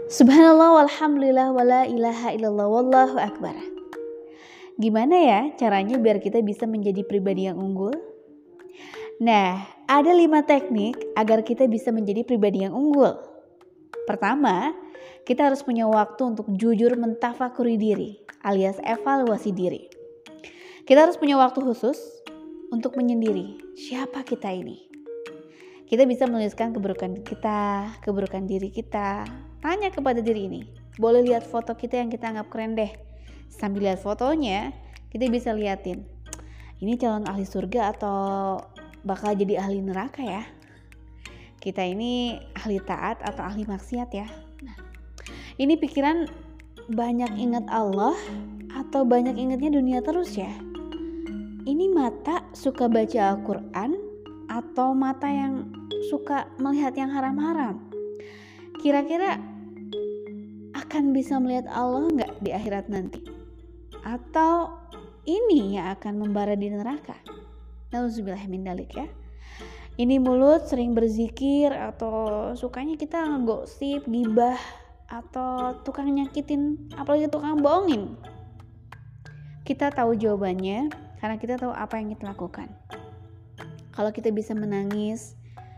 Subhanallah walhamdulillah wala ilaha illallah wallahu akbar. Gimana ya caranya biar kita bisa menjadi pribadi yang unggul? Nah, ada 5 teknik agar kita bisa menjadi pribadi yang unggul. Pertama, kita harus punya waktu untuk jujur mentafakuri diri alias evaluasi diri. Kita harus punya waktu khusus untuk menyendiri siapa kita ini. Kita bisa menuliskan keburukan kita, keburukan diri kita. Tanya kepada diri ini, boleh lihat foto kita yang kita anggap keren deh. Sambil lihat fotonya, kita bisa liatin, ini calon ahli surga atau bakal jadi ahli neraka ya. Kita ini ahli taat atau ahli maksiat ya. Nah, ini pikiran banyak ingat Allah atau banyak ingatnya dunia terus ya. Ini mata suka baca Al-Quran atau mata yang suka melihat yang haram-haram. Kira-kira akan bisa melihat Allah nggak di akhirat nanti? Atau ini yang akan membara di neraka? Nauzubillah min dzalik ya. Ini mulut sering berzikir atau sukanya kita ngegosip, gibah atau tukang nyakitin, apalagi tukang bohongin. Kita tahu jawabannya karena kita tahu apa yang kita lakukan. Kalau kita bisa menangis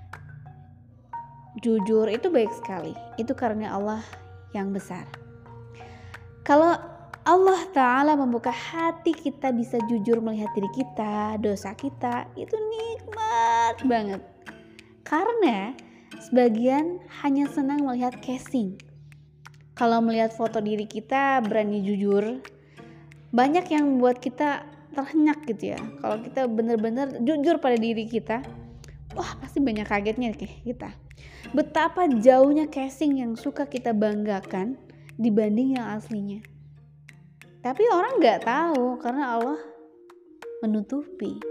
jujur itu baik sekali. Itu karena Allah yang besar. Kalau Allah Ta'ala membuka hati kita bisa jujur melihat diri kita, dosa kita, itu nikmat banget. Karena sebagian hanya senang melihat casing. Kalau melihat foto diri kita berani jujur, banyak yang membuat kita terhenyak gitu ya. Kalau kita benar-benar jujur pada diri kita, wah pasti banyak kagetnya kita. Betapa jauhnya casing yang suka kita banggakan dibanding yang aslinya. Tapi orang gak tahu karena Allah menutupi.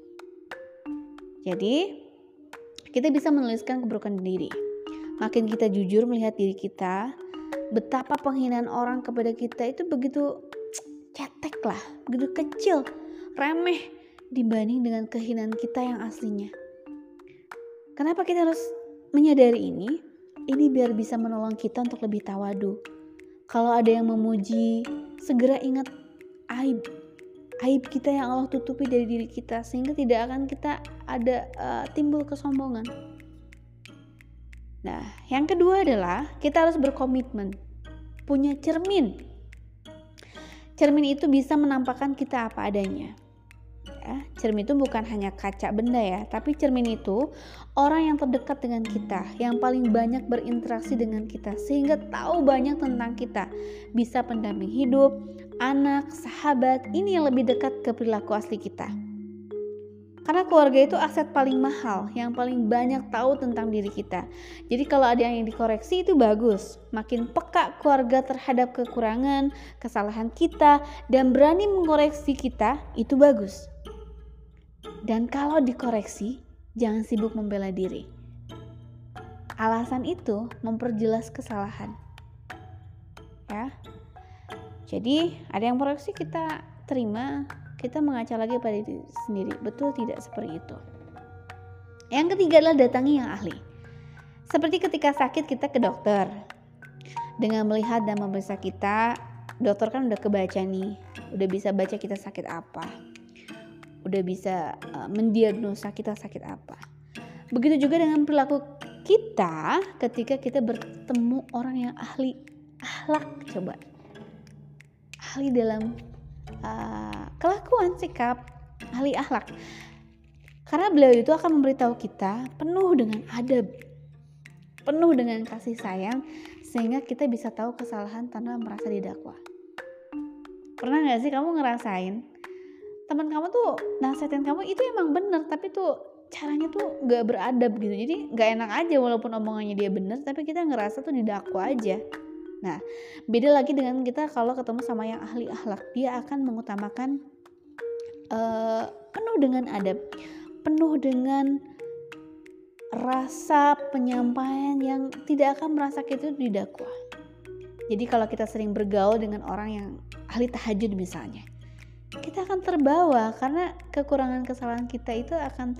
Jadi kita bisa menuliskan keburukan diri. Makin kita jujur melihat diri kita, betapa penghinaan orang kepada kita itu begitu cetek lah, begitu kecil, remeh dibanding dengan kehinaan kita yang aslinya. Kenapa kita harus menyadari ini? Ini biar bisa menolong kita untuk lebih tawadu. Kalau ada yang memuji, segera ingat aib kita yang Allah tutupi dari diri kita, sehingga tidak akan kita ada timbul kesombongan. Nah, yang kedua adalah kita harus berkomitmen, punya cermin. Cermin itu bisa menampakkan kita apa adanya. Ya, cermin itu bukan hanya kaca benda ya, tapi cermin itu orang yang terdekat dengan kita, yang paling banyak berinteraksi dengan kita, sehingga tahu banyak tentang kita. Bisa pendamping hidup, anak, sahabat, ini yang lebih dekat ke perilaku asli kita. Karena keluarga itu aset paling mahal, yang paling banyak tahu tentang diri kita. Jadi kalau ada yang dikoreksi itu bagus. Makin peka keluarga terhadap kekurangan, kesalahan kita, dan berani mengoreksi kita, itu bagus. Dan kalau dikoreksi, jangan sibuk membela diri. Alasan itu memperjelas kesalahan. Ya. Jadi ada yang koreksi kita terima, kita mengaca lagi pada diri sendiri. Betul tidak seperti itu. Yang ketiga adalah datangi yang ahli. Seperti ketika sakit kita ke dokter. Dengan melihat dan memeriksa kita, dokter kan udah kebaca nih, udah bisa baca kita sakit apa. Udah bisa mendiagnosa kita sakit apa. Begitu juga dengan perilaku kita ketika kita bertemu orang yang ahli akhlak, coba ahli dalam kelakuan, sikap, ahli akhlak. Karena beliau itu akan memberitahu kita penuh dengan adab, penuh dengan kasih sayang, sehingga kita bisa tahu kesalahan tanpa merasa didakwa. Pernah gak sih kamu ngerasain teman kamu tuh nasihatin kamu itu emang bener, tapi tuh caranya tuh gak beradab gitu. Jadi gak enak aja walaupun omongannya dia bener, tapi kita ngerasa tuh didakwa aja. Nah, beda lagi dengan kita kalau ketemu sama yang ahli akhlak. Dia akan mengutamakan penuh dengan adab, penuh dengan rasa penyampaian yang tidak akan merasa kita itu didakwa. Jadi kalau kita sering bergaul dengan orang yang ahli tahajud misalnya, kita akan terbawa karena kekurangan kesalahan kita itu akan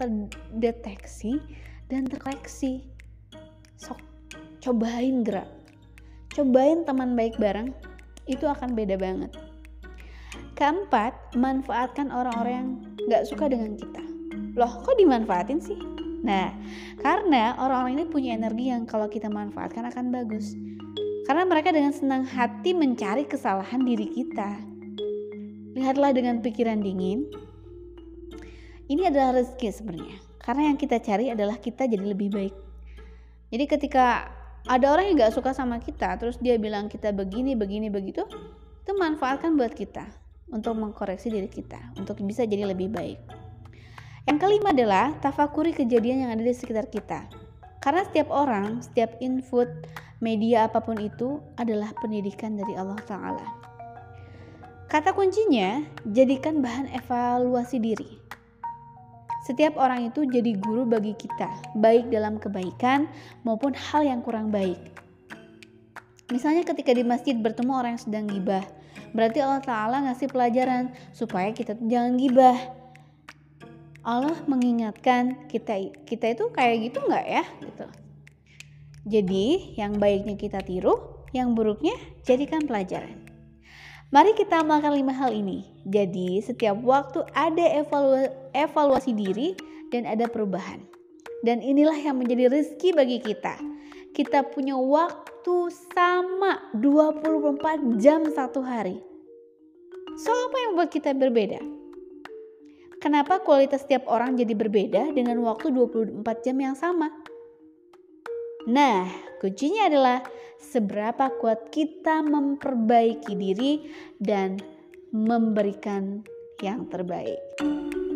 terdeteksi dan terkoreksi. Sok cobain gerak, Cobain teman baik bareng, itu akan beda banget. Keempat, manfaatkan orang-orang yang gak suka dengan kita. Loh, kok dimanfaatin sih? Nah, karena orang-orang ini punya energi yang kalau kita manfaatkan akan bagus. Karena mereka dengan senang hati mencari kesalahan diri kita. Lihatlah dengan pikiran dingin. Ini adalah rezeki sebenarnya. Karena yang kita cari adalah kita jadi lebih baik. Jadi ketika ada orang yang gak suka sama kita, terus dia bilang kita begini, begitu, itu manfaatkan buat kita untuk mengkoreksi diri kita, untuk bisa jadi lebih baik. Yang kelima adalah tafakuri kejadian yang ada di sekitar kita. Karena setiap orang, setiap input, media apapun itu adalah pendidikan dari Allah Ta'ala. Kata kuncinya, jadikan bahan evaluasi diri. Setiap orang itu jadi guru bagi kita, baik dalam kebaikan maupun hal yang kurang baik. Misalnya ketika di masjid bertemu orang yang sedang gibah, berarti Allah Ta'ala ngasih pelajaran supaya kita jangan gibah. Allah mengingatkan kita itu kayak gitu nggak ya? Gitu. Jadi yang baiknya kita tiru, yang buruknya jadikan pelajaran. Mari kita amalkan 5 hal ini. Jadi setiap waktu ada evaluasi diri dan ada perubahan. Dan inilah yang menjadi rezeki bagi kita. Kita punya waktu sama 24 jam satu hari. So apa yang buat kita berbeda? Kenapa kualitas setiap orang jadi berbeda dengan waktu 24 jam yang sama? Nah, kuncinya adalah seberapa kuat kita memperbaiki diri dan memberikan yang terbaik.